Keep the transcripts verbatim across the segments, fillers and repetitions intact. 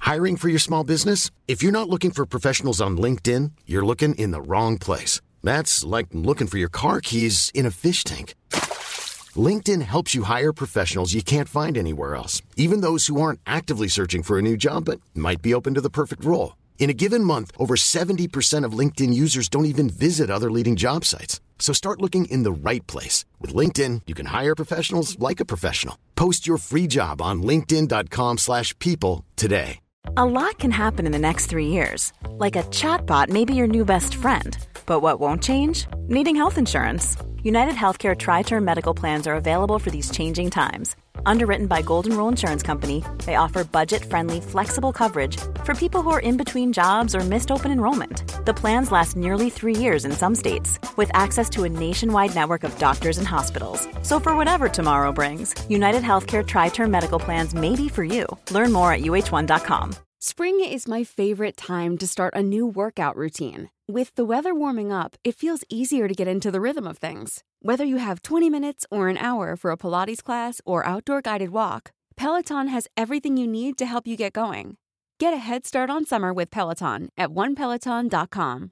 Hiring for your small business? If you're not looking for professionals on LinkedIn, you're looking in the wrong place. That's like looking for your car keys in a fish tank. LinkedIn helps you hire professionals you can't find anywhere else, even those who aren't actively searching for a new job but might be open to the perfect role. In a given month, over seventy percent of LinkedIn users don't even visit other leading job sites. So start looking in the right place. With LinkedIn, you can hire professionals like a professional. Post your free job on linkedin.com slash people today. A lot can happen in the next three years. Like a chatbot may be your new best friend. But what won't change? Needing health insurance. United Healthcare Tri-Term Medical Plans are available for these changing times. Underwritten by Golden Rule Insurance Company, they offer budget-friendly, flexible coverage for people who are in between jobs or missed open enrollment. The plans last nearly three years in some states, with access to a nationwide network of doctors and hospitals. So for whatever tomorrow brings, United Healthcare Tri-Term Medical Plans may be for you. Learn more at U H one dot com. Spring is my favorite time to start a new workout routine. With the weather warming up, it feels easier to get into the rhythm of things. Whether you have twenty minutes or an hour for a Pilates class or outdoor guided walk, Peloton has everything you need to help you get going. Get a head start on summer with Peloton at one peloton dot com.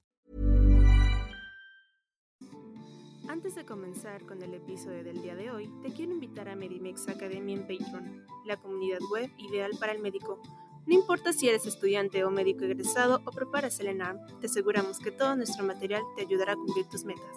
Antes de comenzar con el episodio del día de hoy, te quiero invitar a Medimex Academy en Patreon, la comunidad web ideal para el médico. No importa si eres estudiante o médico egresado o preparas el ENARM, te aseguramos que todo nuestro material te ayudará a cumplir tus metas.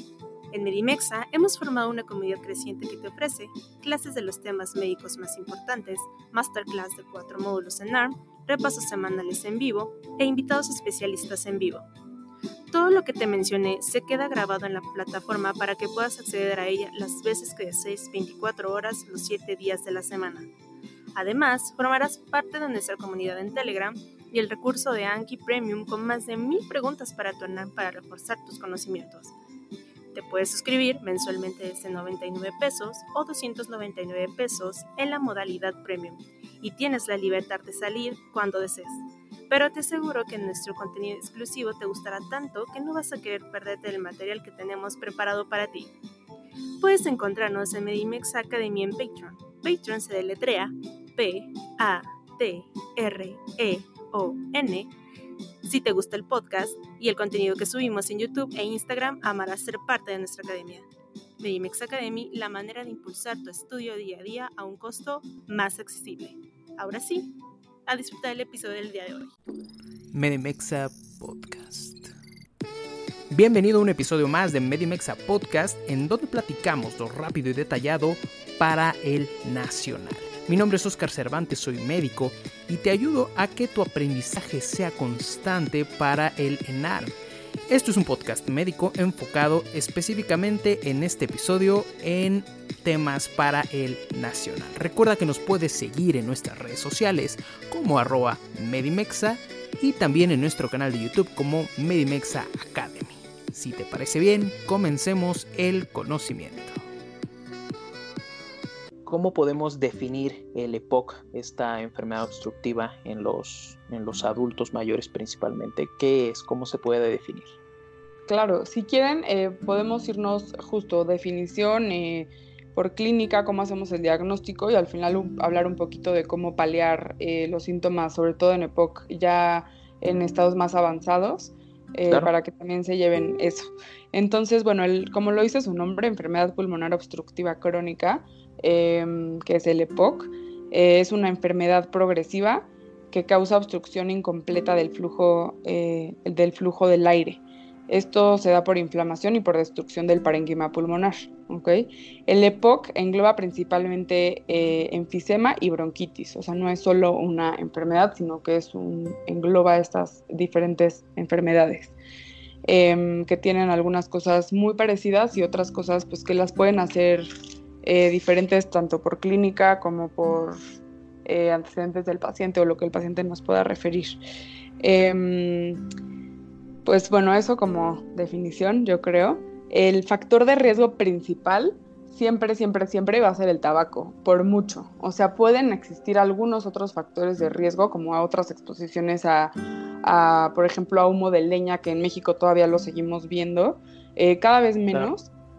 En Medimexa hemos formado una comunidad creciente que te ofrece clases de los temas médicos más importantes, masterclass de cuatro módulos en ENARM, repasos semanales en vivo e invitados especialistas en vivo. Todo lo que te mencioné se queda grabado en la plataforma para que puedas acceder a ella las veces que desees, veinticuatro horas, los siete días de la semana. Además, formarás parte de nuestra comunidad en Telegram y el recurso de Anki Premium con más de mil preguntas para tu ENARM para reforzar tus conocimientos. Te puedes suscribir mensualmente desde noventa y nueve pesos o doscientos noventa y nueve pesos en la modalidad Premium y tienes la libertad de salir cuando desees. Pero te aseguro que nuestro contenido exclusivo te gustará tanto que no vas a querer perderte el material que tenemos preparado para ti. Puedes encontrarnos en Medimex Academy en Patreon. Patreon se deletrea P A T R E O N. Si te gusta el podcast y el contenido que subimos en YouTube e Instagram, amarás ser parte de nuestra academia. Medimex Academy, la manera de impulsar tu estudio día a día a un costo más accesible. Ahora sí, a disfrutar el episodio del día de hoy. Medimexa Podcast. Bienvenido a un episodio más de Medimexa Podcast, en donde platicamos lo rápido y detallado para el nacional. Mi nombre es Oscar Cervantes, soy médico y te ayudo a que tu aprendizaje sea constante para el ENARM. Esto es un podcast médico enfocado específicamente en este episodio en temas para el nacional. Recuerda que nos puedes seguir en nuestras redes sociales como arroba Medimexa y también en nuestro canal de YouTube como Medimexa Academy. Si te parece bien, comencemos el conocimiento. ¿Cómo podemos definir el E P O C, esta enfermedad obstructiva en los, en los adultos mayores principalmente? ¿Qué es? ¿Cómo se puede definir? Claro, si quieren eh, podemos irnos justo definición eh, por clínica, cómo hacemos el diagnóstico y al final un, hablar un poquito de cómo paliar eh, los síntomas, sobre todo en E P O C ya en estados más avanzados, eh, claro, para que también se lleven eso. Entonces, bueno, el, como lo dice su nombre, enfermedad pulmonar obstructiva crónica, Eh, que es el E P O C, eh, es una enfermedad progresiva que causa obstrucción incompleta del flujo, eh, del flujo del aire. Esto se da por inflamación y por destrucción del parénquima pulmonar, ¿okay? El E P O C engloba principalmente eh, enfisema y bronquitis, o sea, no es solo una enfermedad, sino que es un, engloba estas diferentes enfermedades. Eh, que tienen algunas cosas muy parecidas y otras cosas pues que las pueden hacer Eh, diferentes tanto por clínica como por eh, antecedentes del paciente o lo que el paciente nos pueda referir. Eh, pues bueno, eso como definición, yo creo. El factor de riesgo principal siempre, siempre, siempre va a ser el tabaco, por mucho. O sea, pueden existir algunos otros factores de riesgo, como a otras exposiciones a, a por ejemplo, a humo de leña, que en México todavía lo seguimos viendo, eh, cada vez menos. Claro.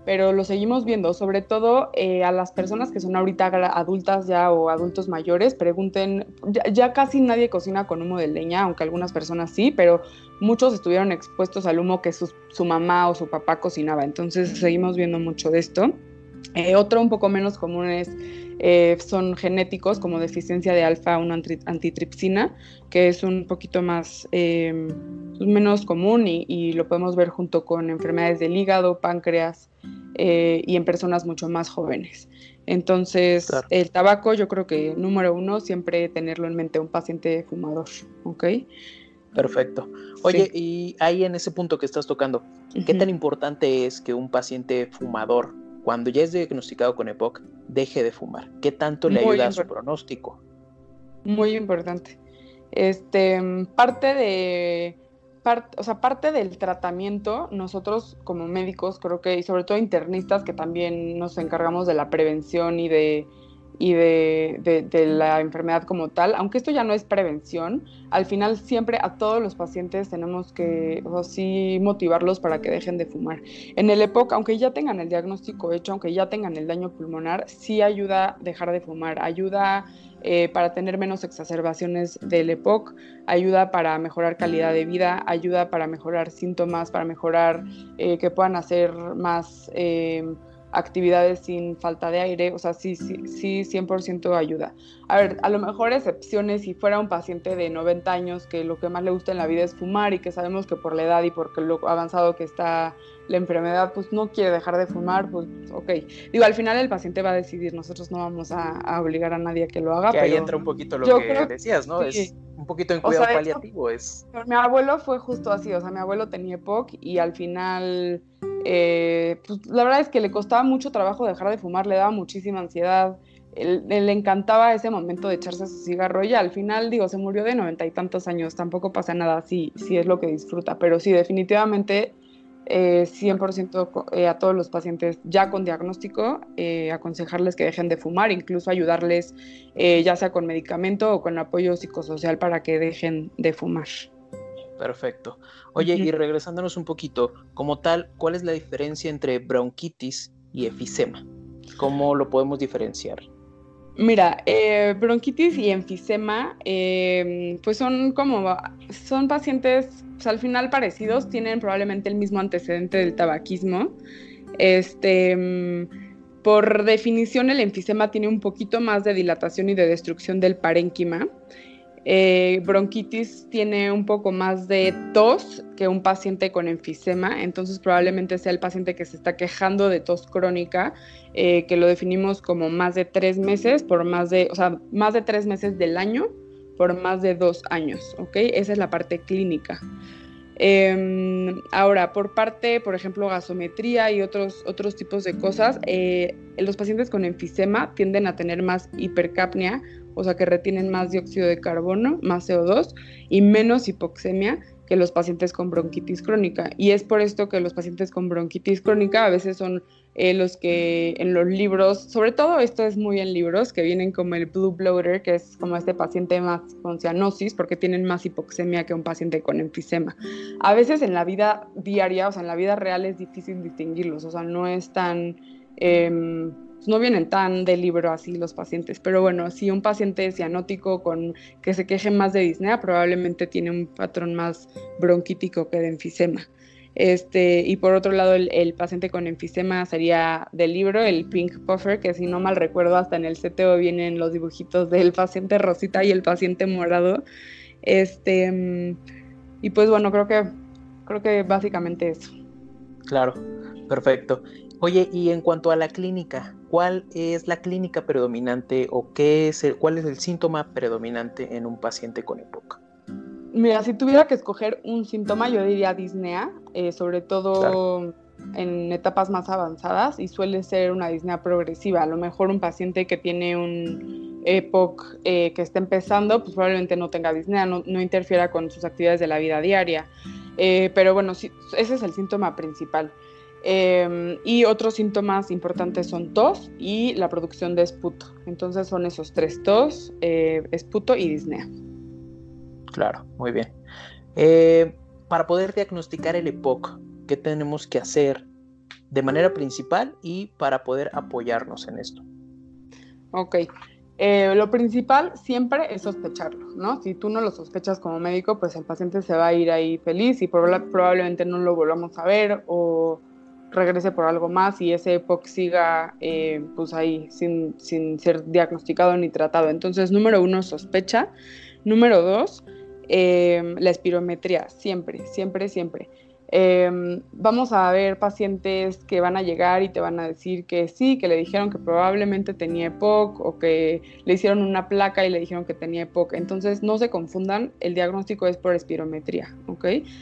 pero lo seguimos viendo, sobre todo eh, a las personas que son ahorita adultas ya o adultos mayores, pregunten, ya, ya casi nadie cocina con humo de leña, aunque algunas personas sí, pero muchos estuvieron expuestos al humo que su, su mamá o su papá cocinaba, entonces seguimos viendo mucho de esto. Eh, otro un poco menos común es, eh, son genéticos, como deficiencia de alfa uno antitripsina, que es un poquito más eh, menos común y, y lo podemos ver junto con enfermedades del hígado, páncreas eh, y en personas mucho más jóvenes. Entonces, claro. El tabaco, yo creo que número uno, siempre tenerlo en mente un paciente fumador, ¿ok? Perfecto. Oye, Sí. Y ahí en ese punto que estás tocando, ¿qué Uh-huh. tan importante es que un paciente fumador, cuando ya es diagnosticado con E P O C, deje de fumar? ¿Qué tanto le Muy ayuda a su importante. pronóstico? Muy importante. Este, parte de, part, o sea, parte del tratamiento, nosotros como médicos, creo que, y sobre todo internistas, que también nos encargamos de la prevención y de, y de, de, de la enfermedad como tal, aunque esto ya no es prevención, al final siempre a todos los pacientes tenemos que, o sea, sí motivarlos para que dejen de fumar. En el E P O C, aunque ya tengan el diagnóstico hecho, aunque ya tengan el daño pulmonar, sí ayuda a dejar de fumar, ayuda Eh, para tener menos exacerbaciones del E P O C, ayuda para mejorar calidad de vida, ayuda para mejorar síntomas, para mejorar eh, que puedan hacer más eh, actividades sin falta de aire, o sea, sí, sí, sí, cien por ciento ayuda. A ver, a lo mejor excepciones, si fuera un paciente de noventa años que lo que más le gusta en la vida es fumar y que sabemos que por la edad y por lo avanzado que está la enfermedad, pues no quiere dejar de fumar, pues ok. Digo, al final el paciente va a decidir, nosotros no vamos a, a obligar a nadie a que lo haga, que pero ahí entra un poquito lo yo que creo, decías, ¿no? sí. Es un poquito en O cuidado sea, paliativo. Es... Mi abuelo fue justo así, o sea, mi abuelo tenía E P O C y al final, eh, pues la verdad es que le costaba mucho trabajo dejar de fumar, le daba muchísima ansiedad, él, él le encantaba ese momento de echarse su cigarro y al final, digo, se murió de noventa y tantos años, tampoco pasa nada si, si es lo que disfruta, pero sí, definitivamente eh, cien por ciento eh, a todos los pacientes ya con diagnóstico, eh, aconsejarles que dejen de fumar, incluso ayudarles eh, ya sea con medicamento o con apoyo psicosocial para que dejen de fumar. Perfecto. Oye, Uh-huh. Y regresándonos un poquito, como tal, ¿cuál es la diferencia entre bronquitis y efisema? ¿Cómo lo podemos diferenciar? Mira, eh, bronquitis y enfisema, eh, pues son como, son pacientes, pues al final parecidos, tienen probablemente el mismo antecedente del tabaquismo. Este, por definición, el enfisema tiene un poquito más de dilatación y de destrucción del parénquima. Eh, bronquitis tiene un poco más de tos que un paciente con enfisema, entonces probablemente sea el paciente que se está quejando de tos crónica, eh, que lo definimos como más de tres meses, por más de, o sea, más de tres meses del año, por más de dos años, ¿ok? Esa es la parte clínica. Eh, ahora, por parte, por ejemplo, gasometría y otros, otros tipos de cosas, eh, los pacientes con enfisema tienden a tener más hipercapnia, o sea que retienen más dióxido de carbono, más C O dos y menos hipoxemia que los pacientes con bronquitis crónica. Y es por esto que los pacientes con bronquitis crónica a veces son eh, los que en los libros, sobre todo esto es muy en libros, que vienen como el blue bloater, que es como este paciente más con cianosis, porque tienen más hipoxemia que un paciente con enfisema. A veces en la vida diaria, o sea, en la vida real es difícil distinguirlos, o sea, no es tan... Eh, no vienen tan de libro así los pacientes, pero bueno, si un paciente cianótico con que se queje más de disnea, probablemente tiene un patrón más bronquítico que de enfisema. Este, y por otro lado, el, el paciente con enfisema sería del libro, el pink puffer, que si no mal recuerdo, hasta en el C T O vienen los dibujitos del paciente rosita y el paciente morado. Este, y pues bueno, creo que, creo que básicamente eso. Claro, perfecto. Oye, y en cuanto a la clínica, ¿cuál es la clínica predominante o qué es el, cuál es el síntoma predominante en un paciente con E P O C? Mira, si tuviera que escoger un síntoma, yo diría disnea, eh, sobre todo claro. en etapas más avanzadas, y suele ser una disnea progresiva. A lo mejor un paciente que tiene un E P O C eh, que está empezando, pues probablemente no tenga disnea, no, no interfiera con sus actividades de la vida diaria. Eh, pero bueno, sí, ese es el síntoma principal. Eh, y otros síntomas importantes son tos y la producción de esputo. Entonces son esos tres: tos, eh, esputo y disnea. Claro, muy bien. Eh, para poder diagnosticar el E P O C, ¿qué tenemos que hacer de manera principal y para poder apoyarnos en esto? Ok. Eh, lo principal siempre es sospecharlo, ¿no? Si tú no lo sospechas como médico, pues el paciente se va a ir ahí feliz y prob- probablemente no lo volvamos a ver o regrese por algo más y ese E P O C siga eh, pues ahí sin, sin ser diagnosticado ni tratado. Entonces, número uno, sospecha. Número dos, eh, la espirometría, siempre, siempre, siempre. Eh, vamos a ver pacientes que van a llegar y te van a decir que sí, que le dijeron que probablemente tenía E P O C o que le hicieron una placa y le dijeron que tenía E P O C. Entonces, no se confundan, el diagnóstico es por espirometría, ¿ok?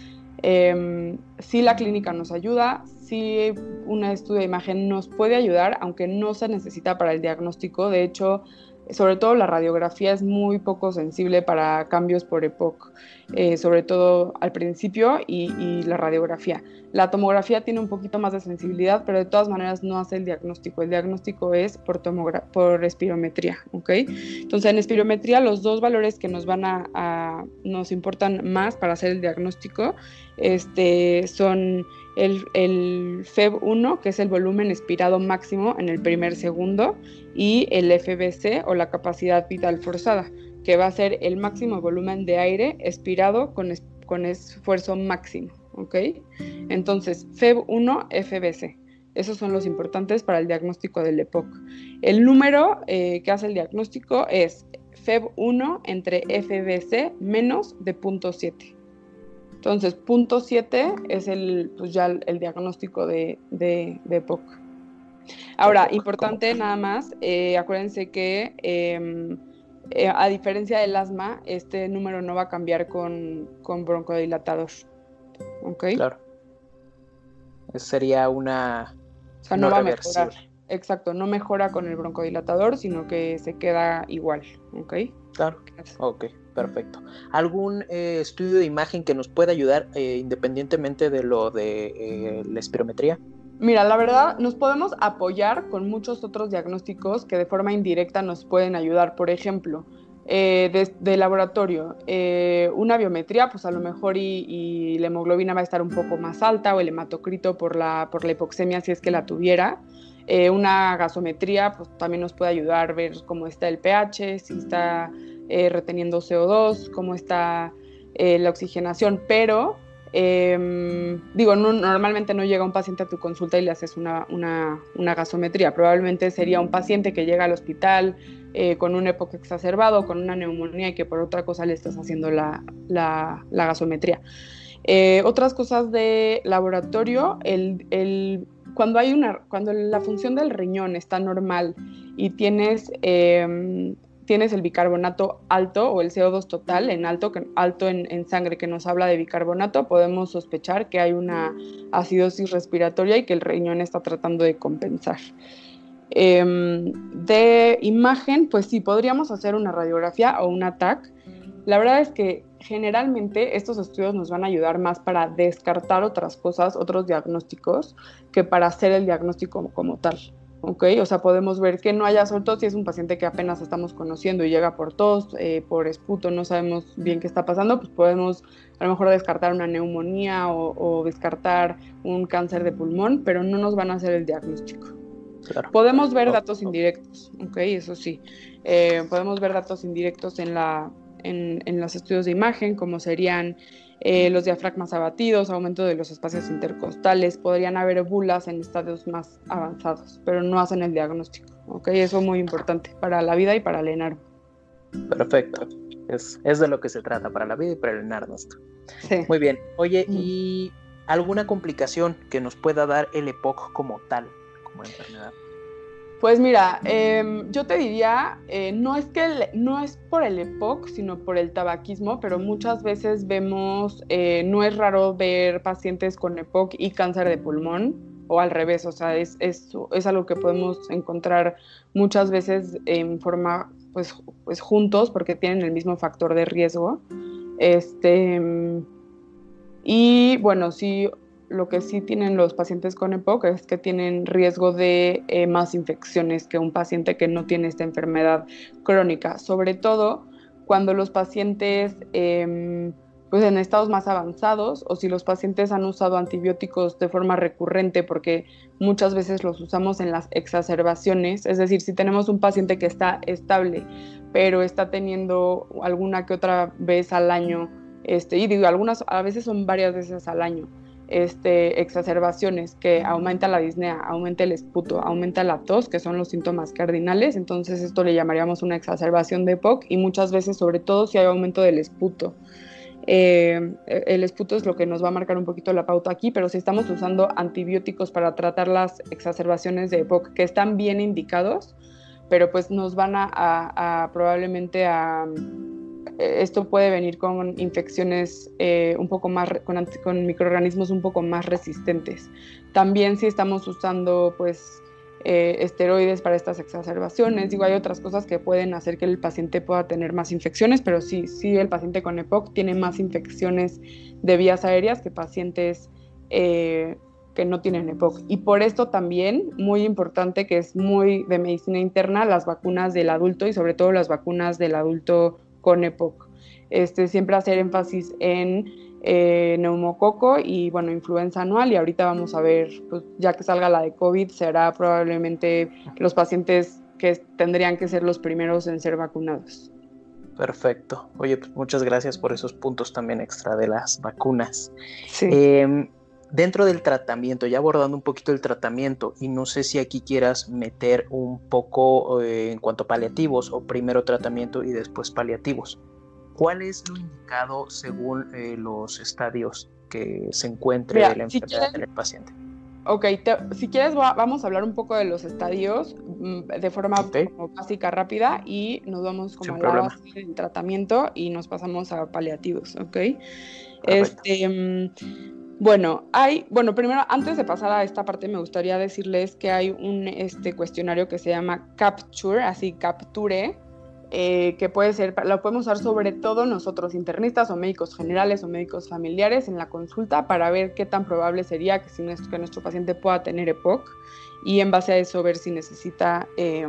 Eh, sí, la clínica nos ayuda, sí un estudio de imagen nos puede ayudar, aunque no se necesita para el diagnóstico. De hecho, sobre todo la radiografía es muy poco sensible para cambios por E P O C, eh, sobre todo al principio y, y la radiografía. La tomografía tiene un poquito más de sensibilidad, pero de todas maneras no hace el diagnóstico. El diagnóstico es por, tomogra- por espirometría, ¿ok? Entonces, en espirometría los dos valores que nos van a, a nos importan más para hacer el diagnóstico este, son el, el F E V uno, que es el volumen expirado máximo en el primer segundo, y el F B C o la capacidad vital forzada, que va a ser el máximo volumen de aire expirado con, es, con esfuerzo máximo, ¿ok? Entonces, F E V uno, F B C. Esos son los importantes para el diagnóstico del E P O C. El número eh, que hace el diagnóstico es F E V uno entre F B C menos de punto siete. Entonces, punto siete es el, pues ya el, el diagnóstico de, de, de E P O C. Ahora, importante nada más, eh, acuérdense que eh, eh, a diferencia del asma, este número no va a cambiar con, con broncodilatador. ¿Ok? Claro. Sería una... O sea, no, no va a mejorar. Exacto, no mejora con el broncodilatador, sino que se queda igual. ¿Ok? Claro. Ok, perfecto. ¿Algún eh, estudio de imagen que nos pueda ayudar eh, independientemente de lo de eh, la espirometría? Mira, la verdad, nos podemos apoyar con muchos otros diagnósticos que de forma indirecta nos pueden ayudar. Por ejemplo, eh, de, de laboratorio, eh, una biometría, pues a lo mejor y, y la hemoglobina va a estar un poco más alta o el hematocrito por la, por la hipoxemia si es que la tuviera. Eh, una gasometría, pues también nos puede ayudar a ver cómo está el pH, si está eh, reteniendo C O dos, cómo está eh, la oxigenación, pero... Eh, digo, no, normalmente no llega un paciente a tu consulta y le haces una, una, una gasometría. Probablemente sería un paciente que llega al hospital eh, con un E P O C exacerbado, con una neumonía y que por otra cosa le estás haciendo la, la, la gasometría. Eh, otras cosas de laboratorio, el, el, cuando, hay una, cuando la función del riñón está normal y tienes... Eh, tienes el bicarbonato alto o el C O dos total en alto, alto en, en sangre que nos habla de bicarbonato, podemos sospechar que hay una acidosis respiratoria y que el riñón está tratando de compensar. Eh, de imagen, pues sí, podríamos hacer una radiografía o una T A C. La verdad es que generalmente estos estudios nos van a ayudar más para descartar otras cosas, otros diagnósticos, que para hacer el diagnóstico como tal. Okay, o sea, podemos ver que no haya, sobre todo si es un paciente que apenas estamos conociendo y llega por tos, eh, por esputo, no sabemos bien qué está pasando, pues podemos a lo mejor descartar una neumonía o, o descartar un cáncer de pulmón, pero no nos van a hacer el diagnóstico. Claro. Podemos ver datos indirectos, ok, eso sí. Eh, podemos ver datos indirectos en, la, en, en los estudios de imagen, como serían Eh, los diafragmas abatidos, aumento de los espacios intercostales, podrían haber bulas en estadios más avanzados, pero no hacen el diagnóstico, ¿ok? Eso es muy importante para la vida y para el ENARM. Perfecto, es, es de lo que se trata, para la vida y para el ENARM. Sí. Muy bien, oye, ¿y alguna complicación que nos pueda dar el E P O C como tal, como enfermedad? Pues mira, eh, yo te diría, eh, no es que el, no es por el E P O C, sino por el tabaquismo, pero muchas veces vemos, eh, no es raro ver pacientes con E P O C y cáncer de pulmón, o al revés, o sea, es, es, es algo que podemos encontrar muchas veces en forma, pues, pues juntos, porque tienen el mismo factor de riesgo. Este, y bueno, sí... Lo que sí tienen los pacientes con E P O C es que tienen riesgo de eh, más infecciones que un paciente que no tiene esta enfermedad crónica, sobre todo cuando los pacientes eh, pues en estados más avanzados, o si los pacientes han usado antibióticos de forma recurrente, porque muchas veces los usamos en las exacerbaciones, es decir, si tenemos un paciente que está estable, pero está teniendo alguna que otra vez al año, este, y digo, algunas, a veces son varias veces al año, este, exacerbaciones, que aumenta la disnea, aumenta el esputo, aumenta la tos, que son los síntomas cardinales, entonces esto le llamaríamos una exacerbación de E P O C, y muchas veces, sobre todo si hay aumento del esputo. Eh, el esputo es lo que nos va a marcar un poquito la pauta aquí, pero si estamos usando antibióticos para tratar las exacerbaciones de E P O C, que están bien indicados, pero pues nos van a, a, a probablemente a... Esto puede venir con infecciones eh, un poco más, con, con microorganismos un poco más resistentes. También si estamos usando pues eh, esteroides para estas exacerbaciones, digo, hay otras cosas que pueden hacer que el paciente pueda tener más infecciones, pero sí, sí el paciente con E P O C tiene más infecciones de vías aéreas que pacientes eh, que no tienen E P O C. Y por esto también, muy importante, que es muy de medicina interna, las vacunas del adulto y sobre todo las vacunas del adulto con E P O C. Este, siempre hacer énfasis en eh, neumococo y, bueno, influenza anual, y ahorita vamos a ver, pues, ya que salga la de COVID, será probablemente los pacientes que tendrían que ser los primeros en ser vacunados. Perfecto. Oye, pues muchas gracias por esos puntos también extra de las vacunas. Sí. Eh, dentro del tratamiento, ya abordando un poquito el tratamiento, y no sé si aquí quieras meter un poco eh, en cuanto a paliativos, o primero tratamiento y después paliativos. ¿Cuál es lo indicado según eh, los estadios que se encuentre Mira, la enfermedad si quieres, en el paciente? Ok, te, si quieres va, vamos a hablar un poco de los estadios de forma okay. como básica, rápida, y nos vamos como Sin a la problema. base del tratamiento y nos pasamos a paliativos, ¿ok? Perfecto. Este... Bueno, hay, bueno, primero, antes de pasar a esta parte, me gustaría decirles que hay un este, cuestionario que se llama CAPTURE, así Capture, eh, que puede ser, lo podemos usar sobre todo nosotros internistas o médicos generales o médicos familiares en la consulta para ver qué tan probable sería que, si nuestro, que nuestro paciente pueda tener E P O C, y en base a eso ver si necesita eh,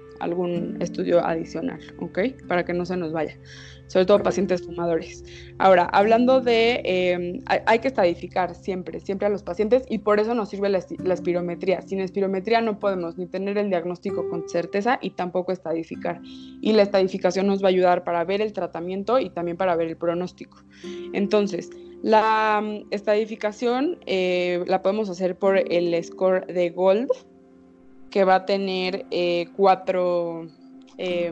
algún estudio adicional, ¿ok? Para que no se nos vaya. Sobre todo pacientes fumadores. Ahora, hablando de, eh, hay, hay que estadificar siempre, siempre a los pacientes, y por eso nos sirve la, la espirometría. Sin espirometría no podemos ni tener el diagnóstico con certeza y tampoco estadificar. Y la estadificación nos va a ayudar para ver el tratamiento y también para ver el pronóstico. Entonces, la um, estadificación eh, la podemos hacer por el score de GOLD, que va a tener eh, cuatro... Eh,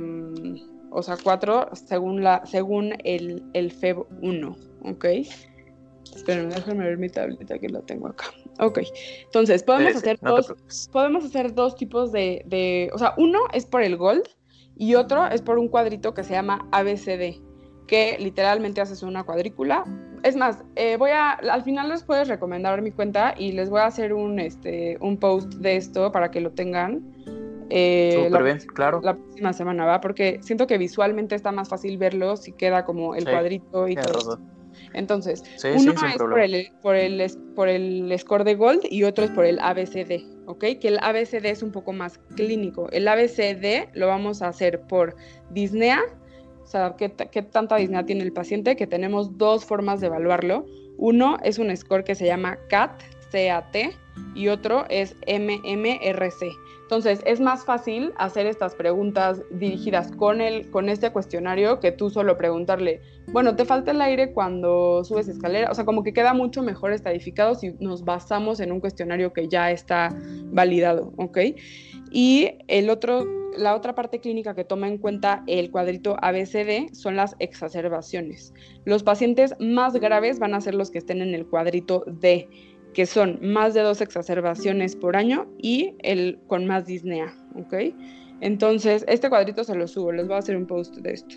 o sea, cuatro según, la, según el, el F E B uno, ¿ok? Espérenme, déjenme ver mi tableta que la tengo acá. Ok, entonces podemos, sí, hacer, sí, no dos, podemos hacer dos tipos de, de... O sea, uno es por el GOLD y otro es por un cuadrito que se llama A B C D, que literalmente haces una cuadrícula. Es más, eh, voy a, al final les puedo recomendar mi cuenta y les voy a hacer un, este, un post de esto para que lo tengan. Eh, Súper bien, claro. La próxima semana, ¿va? Porque siento que visualmente está más fácil verlo si queda como el sí, cuadrito y todo. Razón. Entonces, sí, uno sí, es por el, por, el, por el score de GOLD y otro es por el A B C D, ¿ok? Que el A B C D es un poco más clínico. El A B C D lo vamos a hacer por disnea, o sea, ¿qué, qué tanta disnea tiene el paciente? Que tenemos dos formas de evaluarlo. Uno es un score que se llama C A T, C A T, y otro es M M R C. Entonces, es más fácil hacer estas preguntas dirigidas con, el, con este cuestionario que tú solo preguntarle, bueno, ¿te falta el aire cuando subes escalera? O sea, como que queda mucho mejor estadificado si nos basamos en un cuestionario que ya está validado, ¿ok? Y el otro, la otra parte clínica que toma en cuenta el cuadrito A B C D son las exacerbaciones. Los pacientes más graves van a ser los que estén en el cuadrito D, que son más de dos exacerbaciones por año y el con más disnea, ¿ok? Entonces, este cuadrito se lo subo, les voy a hacer un post de esto.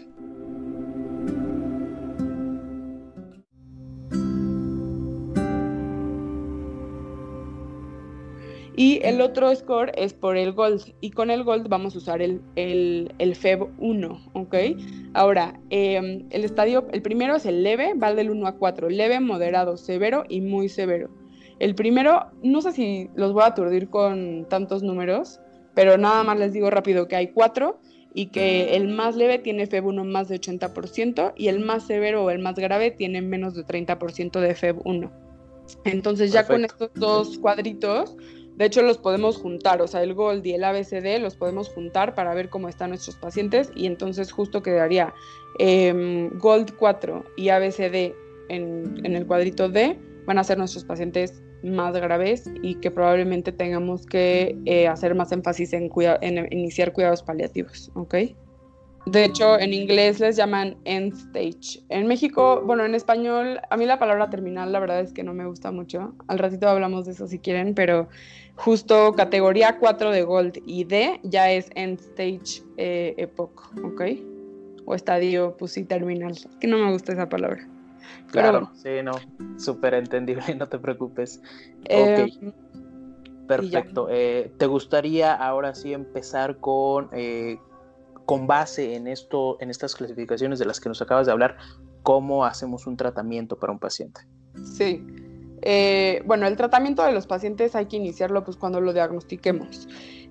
Y el otro score es por el GOLD, y con el GOLD vamos a usar el, el, el F E B uno, ¿ok? Ahora, eh, el estadio, el primero es el leve, va del uno a cuatro, leve, moderado, severo y muy severo. El primero, no sé si los voy a aturdir con tantos números, pero nada más les digo rápido que hay cuatro, y que el más leve tiene F E B uno más de ochenta por ciento y el más severo o el más grave tiene menos de treinta por ciento de F E B uno. Entonces ya Perfecto. Con estos dos cuadritos, de hecho los podemos juntar, o sea, el GOLD y el A B C D los podemos juntar para ver cómo están nuestros pacientes y entonces justo quedaría eh, GOLD cuatro y A B C D en, en el cuadrito D, van a ser nuestros pacientes más graves y que probablemente tengamos que eh, hacer más énfasis en, cuida- en iniciar cuidados paliativos, ¿ok? De hecho, en inglés les llaman end stage. En México, bueno, en español, a mí la palabra terminal la verdad es que no me gusta mucho. Al ratito hablamos de eso si quieren, pero justo categoría cuatro de GOLD y D ya es end stage eh, epoch, ¿ok? O estadio, pues sí, terminal. Es que no me gusta esa palabra. Claro, pero bueno. Sí, no, súper entendible, no te preocupes. Eh, ok, perfecto. Eh, ¿te gustaría ahora sí empezar con... Eh, con base en esto, en estas clasificaciones de las que nos acabas de hablar, cómo hacemos un tratamiento para un paciente? Sí. Eh, bueno, el tratamiento de los pacientes hay que iniciarlo pues cuando lo diagnostiquemos.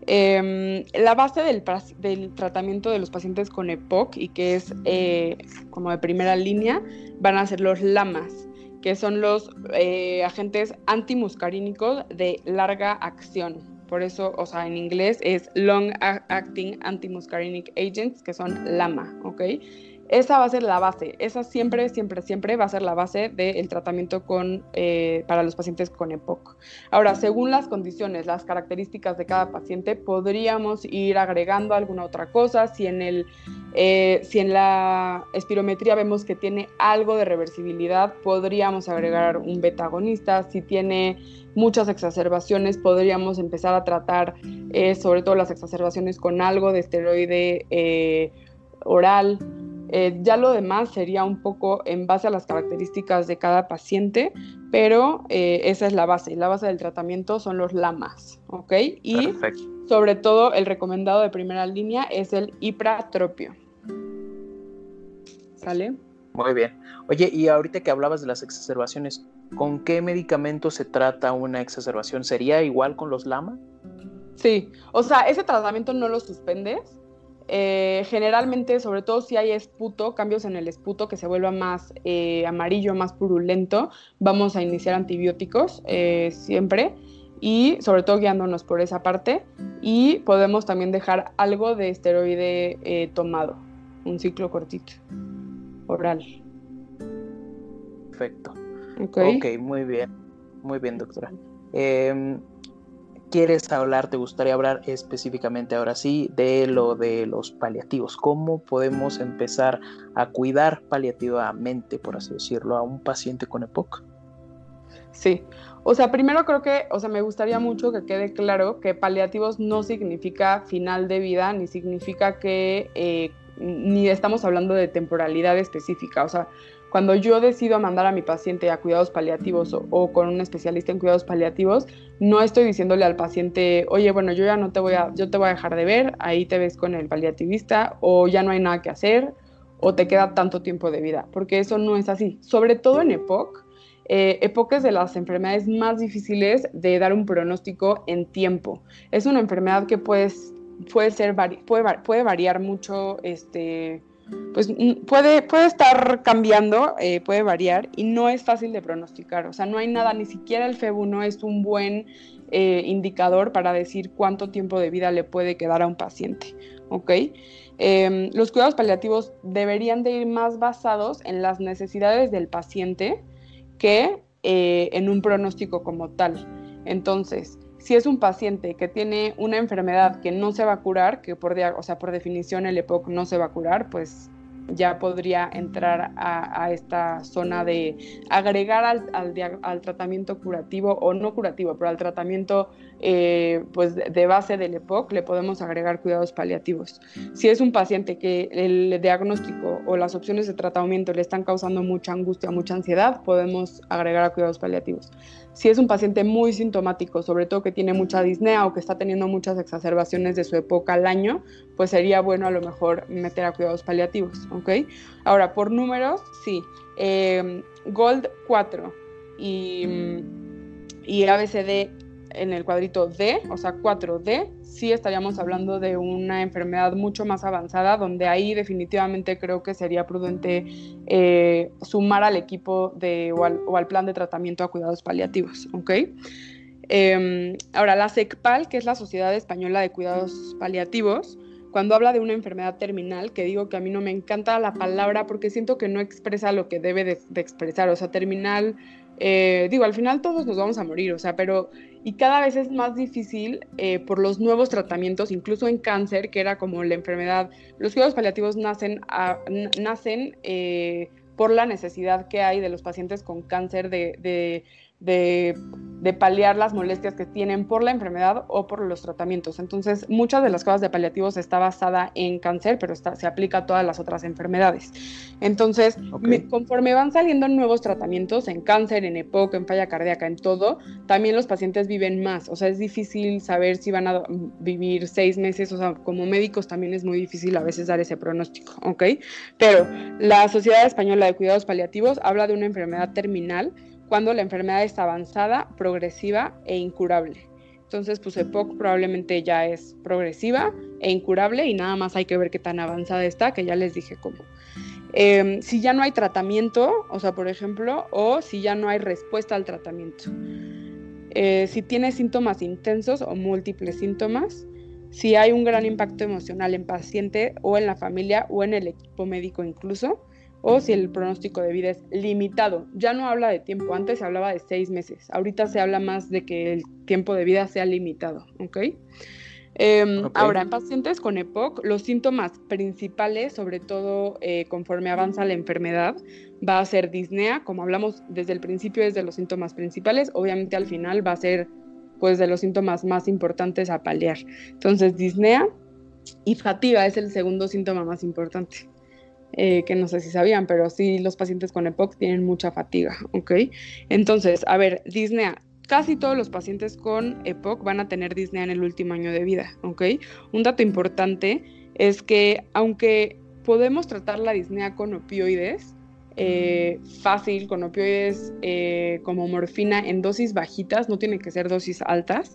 Eh, la base del, del tratamiento de los pacientes con EPOC y que es eh, como de primera línea van a ser los LAMAs, que son los eh, agentes antimuscarínicos de larga acción. Por eso, o sea, en inglés es Long Acting Antimuscarinic Agents, que son LAMA, ¿ok? Esa va a ser la base, esa siempre, siempre, siempre va a ser la base del tratamiento con, eh, para los pacientes con EPOC. Ahora, según las condiciones, las características de cada paciente, podríamos ir agregando alguna otra cosa. Si en, el, eh, si en la espirometría vemos que tiene algo de reversibilidad, podríamos agregar un beta agonista. Si tiene muchas exacerbaciones, podríamos empezar a tratar eh, sobre todo las exacerbaciones con algo de esteroide eh, oral. Eh, ya lo demás sería un poco en base a las características de cada paciente, pero eh, esa es la base. La base del tratamiento son los LAMAs, ¿ok? Y Perfecto. Sobre todo el recomendado de primera línea es el ipratropio. ¿Sale? Muy bien. Oye, y ahorita que hablabas de las exacerbaciones, ¿con qué medicamento se trata una exacerbación? ¿Sería igual con los LAMA? Sí, o sea, ese tratamiento no lo suspendes. Eh, generalmente, sobre todo si hay esputo, cambios en el esputo que se vuelva más eh, amarillo, más purulento, vamos a iniciar antibióticos eh, siempre y sobre todo guiándonos por esa parte, y podemos también dejar algo de esteroide eh, tomado, un ciclo cortito, oral. Perfecto. Ok, okay muy bien, muy bien, doctora. Eh, ¿Quieres hablar, te gustaría hablar específicamente ahora sí de lo de los paliativos? ¿Cómo podemos empezar a cuidar paliativamente, por así decirlo, a un paciente con EPOC? Sí, o sea, primero creo que, o sea, me gustaría mucho que quede claro que paliativos no significa final de vida, ni significa que, eh, ni estamos hablando de temporalidad específica, o sea, cuando yo decido mandar a mi paciente a cuidados paliativos o, o con un especialista en cuidados paliativos, no estoy diciéndole al paciente, oye, bueno, yo ya no te voy a, yo te voy a dejar de ver, ahí te ves con el paliativista, o ya no hay nada que hacer, o te queda tanto tiempo de vida, porque eso no es así. Sobre todo en EPOC, eh, EPOC es de las enfermedades más difíciles de dar un pronóstico en tiempo. Es una enfermedad que puedes, puede, ser, puede, puede variar mucho, este... pues puede, puede estar cambiando, eh, puede variar y no es fácil de pronosticar, o sea, no hay nada, ni siquiera el F E B uno es un buen eh, indicador para decir cuánto tiempo de vida le puede quedar a un paciente, ¿ok? Eh, los cuidados paliativos deberían de ir más basados en las necesidades del paciente que eh, en un pronóstico como tal. Entonces, si es un paciente que tiene una enfermedad que no se va a curar, que por, o sea, por definición el EPOC no se va a curar, pues ya podría entrar a, a esta zona de agregar al, al, al tratamiento curativo, o no curativo, pero al tratamiento eh, pues de base del EPOC le podemos agregar cuidados paliativos. Si es un paciente que el diagnóstico o las opciones de tratamiento le están causando mucha angustia, mucha ansiedad, podemos agregar a cuidados paliativos. Si es un paciente muy sintomático, sobre todo que tiene mucha disnea o que está teniendo muchas exacerbaciones de su EPOC al año, pues sería bueno a lo mejor meter a cuidados paliativos, ¿ok? Ahora, por números, sí. Eh, GOLD cuatro y, y A B C D en el cuadrito D, o sea, cuatro D, sí estaríamos hablando de una enfermedad mucho más avanzada, donde ahí definitivamente creo que sería prudente eh, sumar al equipo de, o, al, o al plan de tratamiento a cuidados paliativos, ¿ok? Eh, ahora, la SECPAL, que es la Sociedad Española de Cuidados Paliativos, cuando habla de una enfermedad terminal, que digo que a mí no me encanta la palabra porque siento que no expresa lo que debe de, de expresar, o sea, terminal, eh, digo, al final todos nos vamos a morir, o sea, pero, y cada vez es más difícil eh, por los nuevos tratamientos, incluso en cáncer, que era como la enfermedad, los cuidados paliativos nacen, a, n- nacen eh, por la necesidad que hay de los pacientes con cáncer de... de De, de paliar las molestias que tienen por la enfermedad o por los tratamientos. Entonces, muchas de las cosas de paliativos está basada en cáncer, pero está, se aplica a todas las otras enfermedades. Entonces, okay. me, conforme van saliendo nuevos tratamientos en cáncer, en E P O C, en falla cardíaca, en todo, también los pacientes viven más. O sea, es difícil saber si van a vivir seis meses. O sea, como médicos también es muy difícil a veces dar ese pronóstico, ¿ok? Pero la Sociedad Española de Cuidados Paliativos habla de una enfermedad terminal cuando la enfermedad está avanzada, progresiva e incurable. Entonces, pues E P O C probablemente ya es progresiva e incurable y nada más hay que ver qué tan avanzada está, que ya les dije cómo. Eh, si ya no hay tratamiento, o sea, por ejemplo, o si ya no hay respuesta al tratamiento. Eh, si tiene síntomas intensos o múltiples síntomas, si hay un gran impacto emocional en paciente o en la familia o en el equipo médico incluso, o si el pronóstico de vida es limitado. Ya no habla de tiempo, antes se hablaba de seis meses, ahorita se habla más de que el tiempo de vida sea limitado, ¿ok? Eh, okay. Ahora, en pacientes con E P O C, los síntomas principales, sobre todo eh, conforme avanza la enfermedad, va a ser disnea, como hablamos desde el principio, es de los síntomas principales, obviamente al final va a ser pues de los síntomas más importantes a paliar. Entonces, disnea y fatiga es el segundo síntoma más importante. Eh, que no sé si sabían, pero sí los pacientes con E P O C tienen mucha fatiga, ¿ok? Entonces, a ver, disnea. Casi todos los pacientes con E P O C van a tener disnea en el último año de vida, ¿ok? Un dato importante es que aunque podemos tratar la disnea con opioides, eh, fácil, con opioides eh, como morfina en dosis bajitas, no tienen que ser dosis altas,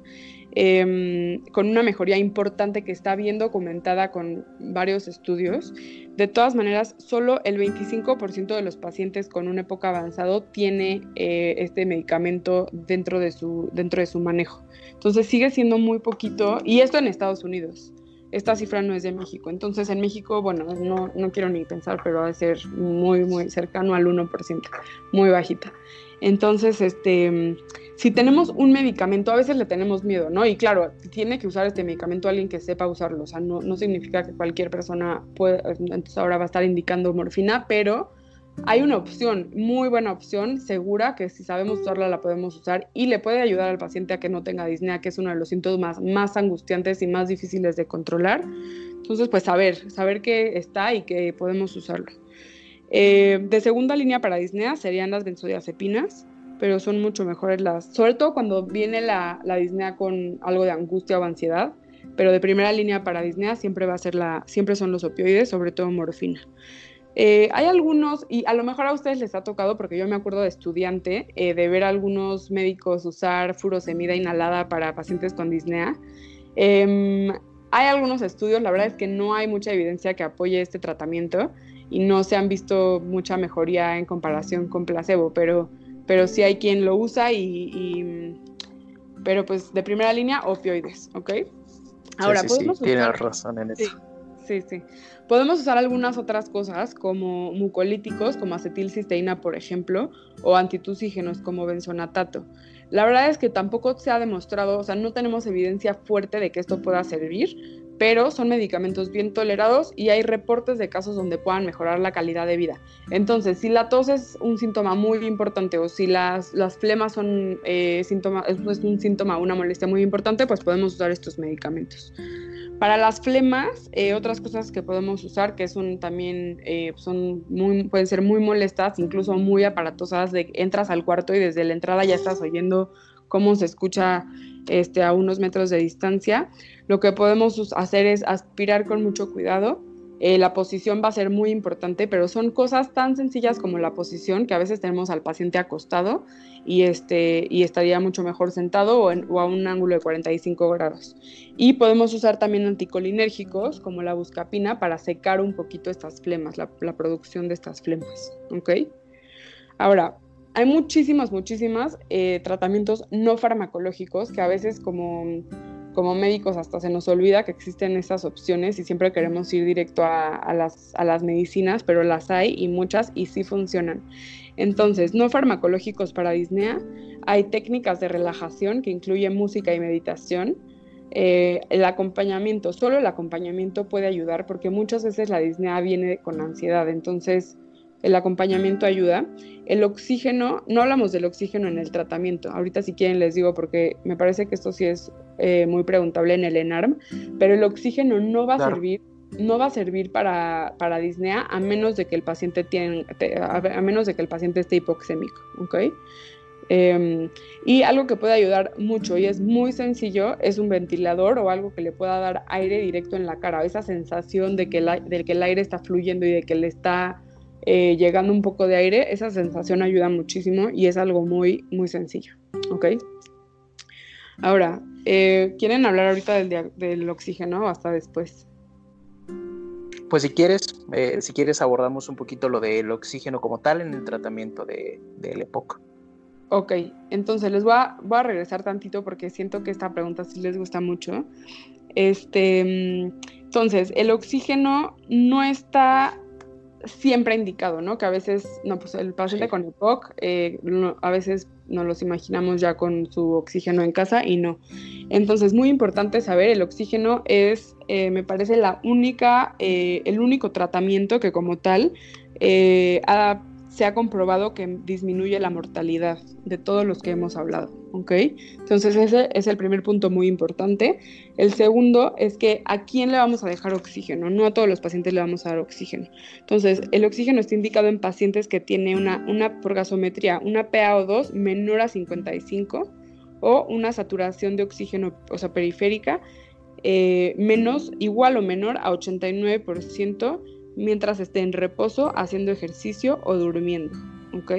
eh, con una mejoría importante que está bien documentada con varios estudios. De todas maneras, solo el veinticinco por ciento de los pacientes con un E P O C avanzado tiene eh, este medicamento dentro de su, dentro de su manejo. Entonces sigue siendo muy poquito, y esto en Estados Unidos. Esta cifra no es de México. Entonces en México, bueno, no, no quiero ni pensar, pero va a ser muy, muy cercano al uno por ciento, muy bajita. Entonces, este, si tenemos un medicamento, a veces le tenemos miedo, ¿no? Y claro, tiene que usar este medicamento alguien que sepa usarlo. O sea, no, no significa que cualquier persona pueda, entonces ahora va a estar indicando morfina, pero hay una opción, muy buena opción, segura, que si sabemos usarla la podemos usar y le puede ayudar al paciente a que no tenga disnea, que es uno de los síntomas más angustiantes y más difíciles de controlar. Entonces, pues saber, saber que está y que podemos usarlo. Eh, de segunda línea para disnea serían las benzodiazepinas, pero son mucho mejores las, sobre todo cuando viene la, la disnea con algo de angustia o ansiedad, pero de primera línea para disnea siempre va a ser la, siempre son los opioides, sobre todo morfina. Eh, hay algunos, y a lo mejor a ustedes les ha tocado, porque yo me acuerdo de estudiante, eh, de ver a algunos médicos usar furosemida inhalada para pacientes con disnea. Eh, hay algunos estudios, la verdad es que no hay mucha evidencia que apoye este tratamiento y no se han visto mucha mejoría en comparación con placebo, pero, pero sí hay quien lo usa, y, y, pero pues de primera línea, opioides, ¿ok? Ahora, sí, sí, sí, tienes razón en eso. Sí. Sí, sí. Podemos usar algunas otras cosas como mucolíticos, como acetilcisteína, por ejemplo, o antitusígenos como benzonatato. La verdad es que tampoco se ha demostrado, o sea, no tenemos evidencia fuerte de que esto pueda servir, pero son medicamentos bien tolerados y hay reportes de casos donde puedan mejorar la calidad de vida. Entonces, si la tos es un síntoma muy importante o si las, las flemas son eh, síntoma, es un síntoma, una molestia muy importante, pues podemos usar estos medicamentos. Para las flemas, eh, otras cosas que podemos usar, que son también, eh, son muy, pueden ser muy molestas, incluso muy aparatosas, de que entras al cuarto y desde la entrada ya estás oyendo cómo se escucha este, a unos metros de distancia. Lo que podemos hacer es aspirar con mucho cuidado, Eh, la posición va a ser muy importante, pero son cosas tan sencillas como la posición, que a veces tenemos al paciente acostado y, este, y estaría mucho mejor sentado o, en, o a un ángulo de cuarenta y cinco grados. Y podemos usar también anticolinérgicos como la buscapina para secar un poquito estas flemas, la, la producción de estas flemas, ¿ok? Ahora, hay muchísimas, muchísimas eh, tratamientos no farmacológicos que a veces como... como médicos hasta se nos olvida que existen esas opciones y siempre queremos ir directo a, a, las, a las medicinas, pero las hay y muchas y sí funcionan. Entonces, no farmacológicos para disnea, hay técnicas de relajación que incluyen música y meditación. Eh, el acompañamiento, solo el acompañamiento puede ayudar porque muchas veces la disnea viene con ansiedad, entonces el acompañamiento ayuda. El oxígeno, no hablamos del oxígeno en el tratamiento, ahorita si quieren les digo porque me parece que esto sí es eh, muy preguntable en el ENARM, pero el oxígeno no va a claro. servir, no va a servir para, para disnea a menos de que el paciente tiene, a menos de que el paciente esté hipoxémico, ¿ok? Eh, y algo que puede ayudar mucho y es muy sencillo es un ventilador o algo que le pueda dar aire directo en la cara, esa sensación de que, la, de que el aire está fluyendo y de que le está Eh, llegando un poco de aire, esa sensación ayuda muchísimo y es algo muy, muy sencillo, ¿ok? Ahora, eh, ¿quieren hablar ahorita del, del oxígeno o hasta después? Pues si quieres, eh, si quieres abordamos un poquito lo del oxígeno como tal en el tratamiento de, del E P O C. Ok, entonces les voy a, voy a regresar tantito porque siento que esta pregunta sí les gusta mucho. Este, entonces, el oxígeno no está siempre indicado, ¿no? Que a veces, no, pues el paciente sí. con E P O C, eh, no, a veces nos los imaginamos ya con su oxígeno en casa y no. Entonces, muy importante saber, el oxígeno es, eh, me parece, la única, eh, el único tratamiento que como tal eh, ha, se ha comprobado que disminuye la mortalidad de todos los que hemos hablado, ¿ok? Entonces, ese es el primer punto muy importante. El segundo es que ¿a quién le vamos a dejar oxígeno? No a todos los pacientes le vamos a dar oxígeno. Entonces, el oxígeno está indicado en pacientes que tienen una, una por gasometría, una P a O dos menor a cincuenta y cinco o una saturación de oxígeno, o sea, periférica, eh, menos, igual o menor a ochenta y nueve por ciento mientras esté en reposo, haciendo ejercicio o durmiendo, ¿ok?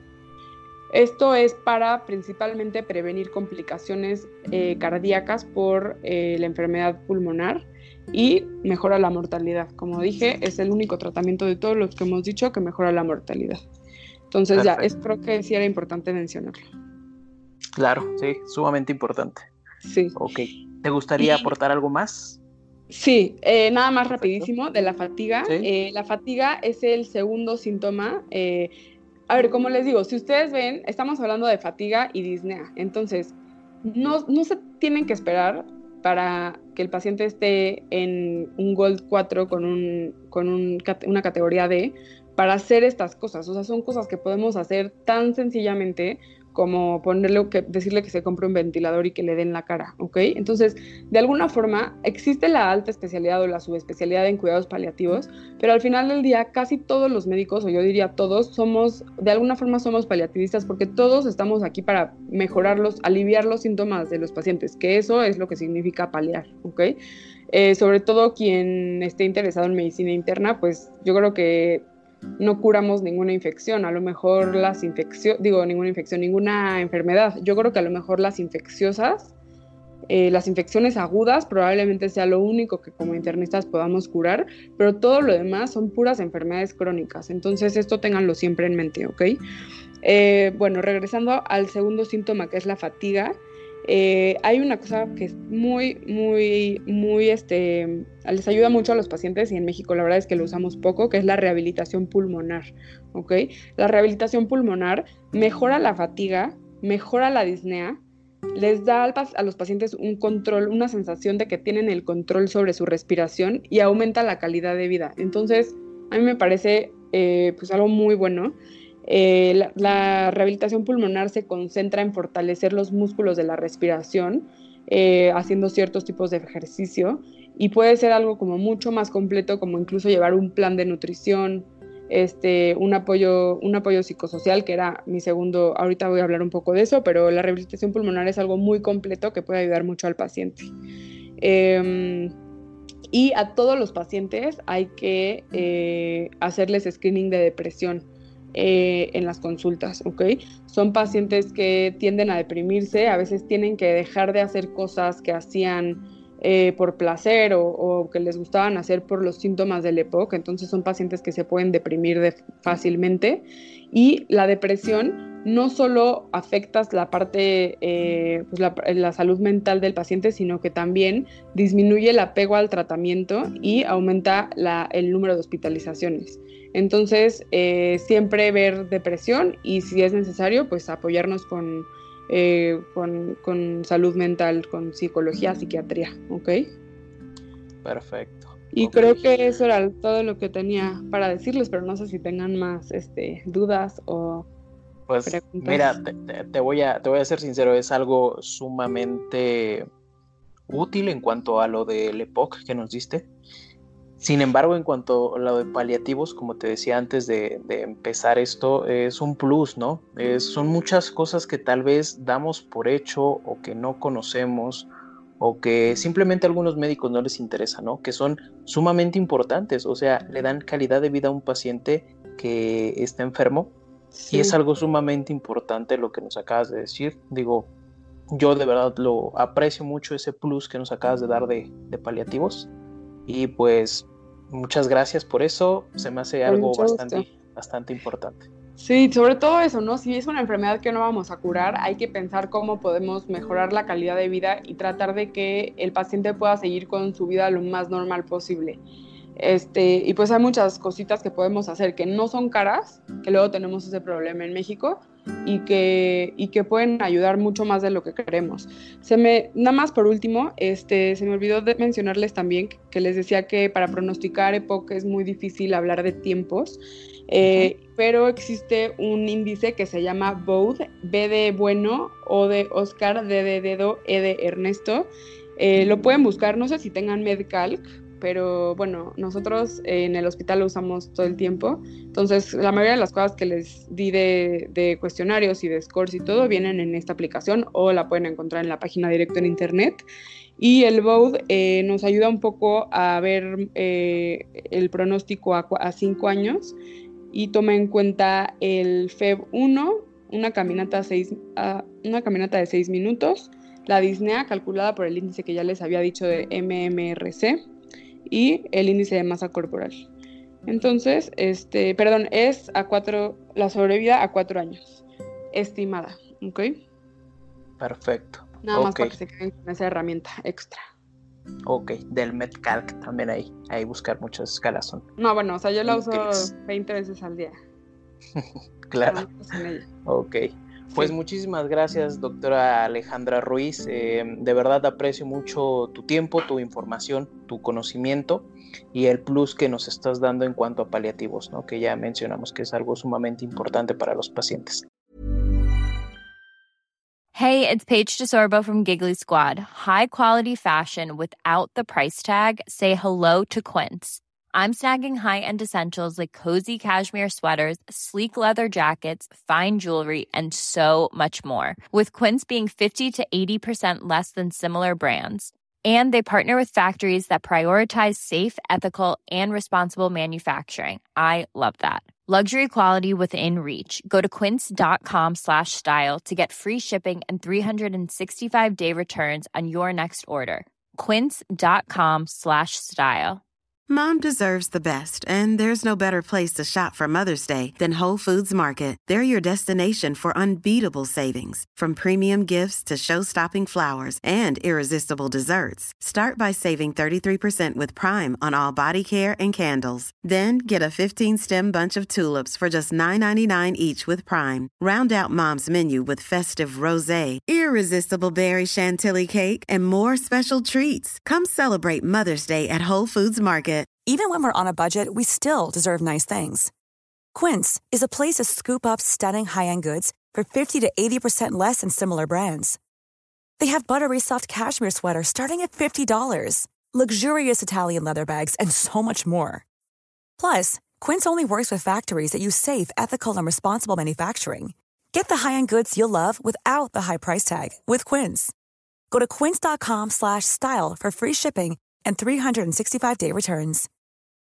Esto es para principalmente prevenir complicaciones eh, cardíacas por eh, la enfermedad pulmonar y mejora la mortalidad. Como dije, es el único tratamiento de todos los que hemos dicho que mejora la mortalidad. Entonces Perfecto. ya, es, creo que sí era importante mencionarlo. Claro, sí, sumamente importante. Sí. Ok, ¿te gustaría y... aportar algo más? Sí, eh, nada más rapidísimo de la fatiga. ¿Sí? Eh, la fatiga es el segundo síntoma. Eh, a ver, como les digo, si ustedes ven, estamos hablando de fatiga y disnea. Entonces, no, no se tienen que esperar para que el paciente esté en un Gold cuatro con, un, con un, una categoría D para hacer estas cosas. O sea, son cosas que podemos hacer tan sencillamente como ponerle, que, decirle que se compre un ventilador y que le den la cara, ¿ok? Entonces, de alguna forma, existe la alta especialidad o la subespecialidad en cuidados paliativos, pero al final del día, casi todos los médicos, o yo diría todos, somos, de alguna forma somos paliativistas, porque todos estamos aquí para mejorarlos, aliviar los síntomas de los pacientes, que eso es lo que significa paliar, ¿ok? Eh, sobre todo quien esté interesado en medicina interna, pues yo creo que no curamos ninguna infección, a lo mejor las infecciones, digo, ninguna infección, ninguna enfermedad. Yo creo que a lo mejor las infecciosas, eh, las infecciones agudas probablemente sea lo único que como internistas podamos curar, pero todo lo demás son puras enfermedades crónicas. Entonces esto ténganlo siempre en mente, ¿ok? Eh, bueno, regresando al segundo síntoma que es la fatiga, Eh, hay una cosa que es muy, muy, muy, este, les ayuda mucho a los pacientes y en México la verdad es que lo usamos poco, que es la rehabilitación pulmonar, ¿ok? La rehabilitación pulmonar mejora la fatiga, mejora la disnea, les da al, a los pacientes un control, una sensación de que tienen el control sobre su respiración y aumenta la calidad de vida. Entonces, a mí me parece eh, pues algo muy bueno. Eh, la, la rehabilitación pulmonar se concentra en fortalecer los músculos de la respiración, eh, haciendo ciertos tipos de ejercicio, y puede ser algo como mucho más completo, como incluso llevar un plan de nutrición, este, un apoyo, un apoyo psicosocial, que era mi segundo, ahorita voy a hablar un poco de eso, pero la rehabilitación pulmonar es algo muy completo que puede ayudar mucho al paciente. Eh, Y a todos los pacientes hay que eh, hacerles screening de depresión eh, en las consultas, ¿ok? Son pacientes que tienden a deprimirse, a veces tienen que dejar de hacer cosas que hacían eh, por placer o, o que les gustaban hacer por los síntomas del E P O C, entonces son pacientes que se pueden deprimir de, fácilmente. Y la depresión no solo afecta la parte, eh, pues la, la salud mental del paciente, sino que también disminuye el apego al tratamiento y aumenta la, el número de hospitalizaciones. Entonces, eh, siempre ver depresión y si es necesario, pues apoyarnos con, eh, con, con salud mental, con psicología, psiquiatría, ¿ok? Perfecto. Y okay. Creo que eso era todo lo que tenía para decirles, pero no sé si tengan más este, dudas o pues preguntas. Mira, te, te, te, voy a, te voy a ser sincero, es algo sumamente útil en cuanto a lo del E P O C que nos diste. Sin embargo, en cuanto a lo de paliativos, como te decía antes de, de empezar esto, es un plus, ¿no? Es, son muchas cosas que tal vez damos por hecho o que no conocemos o que simplemente a algunos médicos no les interesa, ¿no? Que son sumamente importantes, o sea, le dan calidad de vida a un paciente que está enfermo. Sí. Y es algo sumamente importante lo que nos acabas de decir. Digo, yo de verdad lo aprecio mucho ese plus que nos acabas de dar de, de paliativos. Y pues muchas gracias por eso. Se me hace algo bastante, bastante importante. Sí, sobre todo eso, ¿no? Si es una enfermedad que no vamos a curar, hay que pensar cómo podemos mejorar la calidad de vida y tratar de que el paciente pueda seguir con su vida lo más normal posible. Este, y pues hay muchas cositas que podemos hacer que no son caras, que luego tenemos ese problema en México y que, y que pueden ayudar mucho más de lo que queremos. Se me, nada más por último, este, se me olvidó de mencionarles también que les decía que para pronosticar E P O C es muy difícil hablar de tiempos, eh, uh-huh. pero existe un índice que se llama B O D, B de bueno, O de Oscar, D de dedo, E de Ernesto. Eh, lo pueden buscar, no sé si tengan MedCalc, pero bueno, nosotros en el hospital lo usamos todo el tiempo, entonces la mayoría de las cosas que les di de, de cuestionarios y de scores y todo vienen en esta aplicación o la pueden encontrar en la página directo en internet. Y el B O D eh, nos ayuda un poco a ver eh, el pronóstico a, a cinco años y toma en cuenta el F E B uno, una caminata, seis, uh, una caminata de seis minutos, la disnea calculada por el índice que ya les había dicho de M M R C, y el índice de masa corporal. Entonces, este, perdón, es a cuatro, la sobrevida a cuatro años, estimada, ¿ok? Perfecto. Nada okay. más para que se queden con esa herramienta extra. Ok, del MedCalc también hay, hay buscar muchas escalas son. No, bueno, o sea, yo la uso veinte veces al día. Claro. Ok. Pues sí. Muchísimas gracias, doctora Alejandra Ruiz. Eh, de verdad aprecio mucho tu tiempo, tu información, tu conocimiento y el plus que nos estás dando en cuanto a paliativos, ¿no? Que ya mencionamos que es algo sumamente importante para los pacientes. Hey, it's Paige DeSorbo from Giggly Squad. High quality fashion without the price tag. Say hello to Quince. I'm snagging high-end essentials like cozy cashmere sweaters, sleek leather jackets, fine jewelry, and so much more. With Quince being fifty to eighty percent less than similar brands. And they partner with factories that prioritize safe, ethical, and responsible manufacturing. I love that. Luxury quality within reach. Go to quince.com slash style to get free shipping and three sixty-five day returns on your next order. Quince.com slash style. Mom deserves the best, and there's no better place to shop for Mother's Day than Whole Foods Market. They're your destination for unbeatable savings, from premium gifts to show-stopping flowers and irresistible desserts. Start by saving thirty-three percent with Prime on all body care and candles. Then get a fifteen-stem bunch of tulips for just nine ninety-nine each with Prime. Round out Mom's menu with festive rosé, irresistible berry chantilly cake, and more special treats. Come celebrate Mother's Day at Whole Foods Market. Even when we're on a budget, we still deserve nice things. Quince is a place to scoop up stunning high-end goods for fifty to eighty percent less than similar brands. They have buttery soft cashmere sweaters starting at fifty dollars, luxurious Italian leather bags, and so much more. Plus, Quince only works with factories that use safe, ethical, and responsible manufacturing. Get the high-end goods you'll love without the high price tag with Quince. Go to quince.com slash style for free shipping and three hundred sixty-five day returns.